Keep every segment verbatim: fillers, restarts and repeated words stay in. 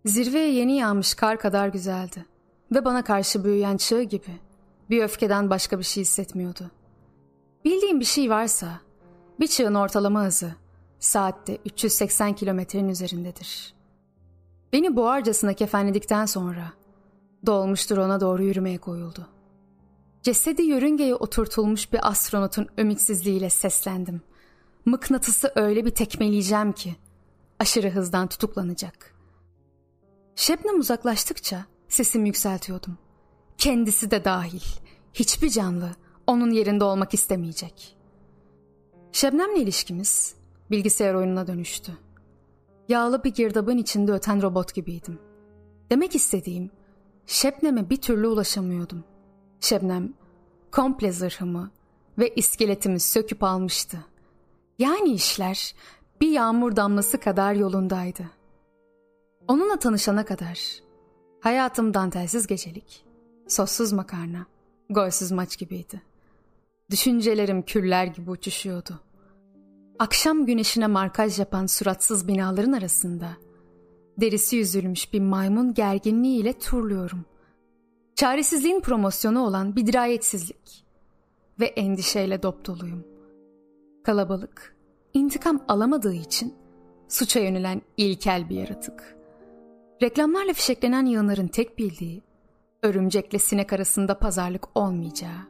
Zirveye yeni yağmış kar kadar güzeldi ve bana karşı büyüyen çığ gibi bir öfkeden başka bir şey hissetmiyordu. Bildiğim bir şey varsa bir çığın ortalama hızı saatte üç yüz seksen kilometrenin üzerindedir. Beni boğarcasına kefenledikten sonra dolmuştur ona doğru yürümeye koyuldu. Cesedi yörüngeye oturtulmuş bir astronotun ümitsizliğiyle seslendim. Mıknatısı öyle bir tekmeleyeceğim ki aşırı hızdan tutuklanacak. Şebnem uzaklaştıkça sesimi yükseltiyordum. Kendisi de dahil. Hiçbir canlı onun yerinde olmak istemeyecek. Şebnem'le ilişkimiz bilgisayar oyununa dönüştü. Yağlı bir girdabın içinde öten robot gibiydim. Demek istediğim, Şebnem'e bir türlü ulaşamıyordum. Şebnem komple zırhımı ve iskeletimi söküp almıştı. Yani işler bir yağmur damlası kadar yolundaydı. Onunla tanışana kadar hayatım dantelsiz gecelik, sossuz makarna, golsüz maç gibiydi. Düşüncelerim küller gibi uçuşuyordu. Akşam güneşine markaj yapan suratsız binaların arasında derisi yüzülmüş bir maymun gerginliğiyle turluyorum. Çaresizliğin promosyonu olan bir dirayetsizlik ve endişeyle dopdoluyum. Kalabalık, intikam alamadığı için suça yönelen ilkel bir yaratık. Reklamlarla fişeklenen yığınların tek bildiği, örümcekle sinek arasında pazarlık olmayacağı.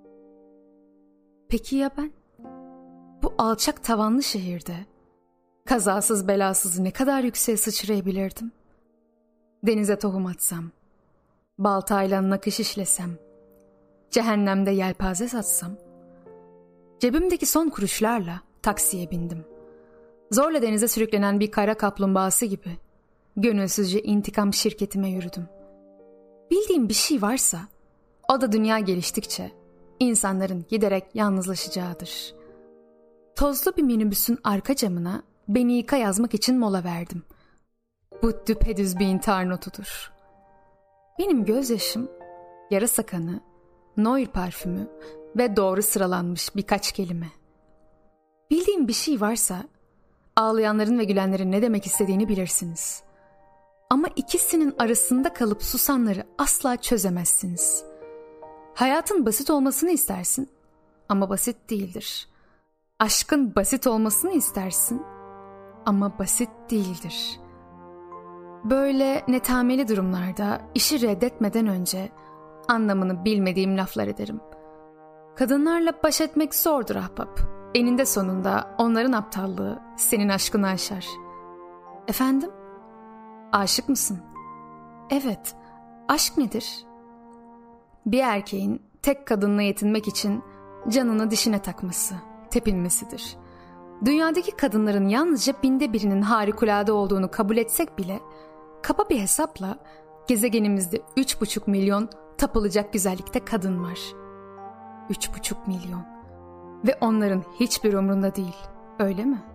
Peki ya ben? Bu alçak tavanlı şehirde kazasız belasız ne kadar yükseğe sıçrayabilirdim? Denize tohum atsam, baltayla nakış işlesem, cehennemde yelpaze satsam, cebimdeki son kuruşlarla taksiye bindim. Zorla denize sürüklenen bir kara kaplumbağası gibi gönülsüzce intikam şirketime yürüdüm. Bildiğim bir şey varsa o da dünya geliştikçe insanların giderek yalnızlaşacağıdır. Tozlu bir minibüsün arka camına beni yıka yazmak için mola verdim. Bu düpedüz bir intihar notudur. Benim gözyaşım, yarasa kanı, Noir parfümü ve doğru sıralanmış birkaç kelime. Bildiğim bir şey varsa ağlayanların ve gülenlerin ne demek istediğini bilirsiniz. Ama ikisinin arasında kalıp susanları asla çözemezsiniz. Hayatın basit olmasını istersin ama basit değildir. Aşkın basit olmasını istersin ama basit değildir. Böyle netameli durumlarda işi reddetmeden önce anlamını bilmediğim laflar ederim. Kadınlarla baş etmek zordur ahbap. Eninde sonunda onların aptallığı senin aşkını aşar. Efendim? Aşık mısın? Evet. Aşk nedir? Bir erkeğin tek kadınla yetinmek için canını dişine takması, tepinmesidir. Dünyadaki kadınların yalnızca binde birinin harikulade olduğunu kabul etsek bile kaba bir hesapla gezegenimizde üç buçuk milyon tapılacak güzellikte kadın var. Üç buçuk milyon. Ve onların hiçbir umrunda değil, öyle mi?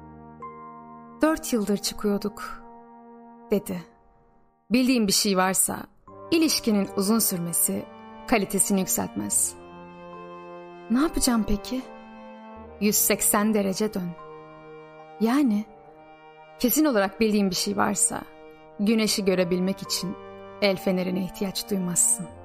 Dört yıldır çıkıyorduk, dedi. Bildiğim bir şey varsa ilişkinin uzun sürmesi kalitesini yükseltmez. Ne yapacağım peki? yüz seksen derece dön. Yani kesin olarak bildiğim bir şey varsa güneşi görebilmek için el fenerine ihtiyaç duymazsın.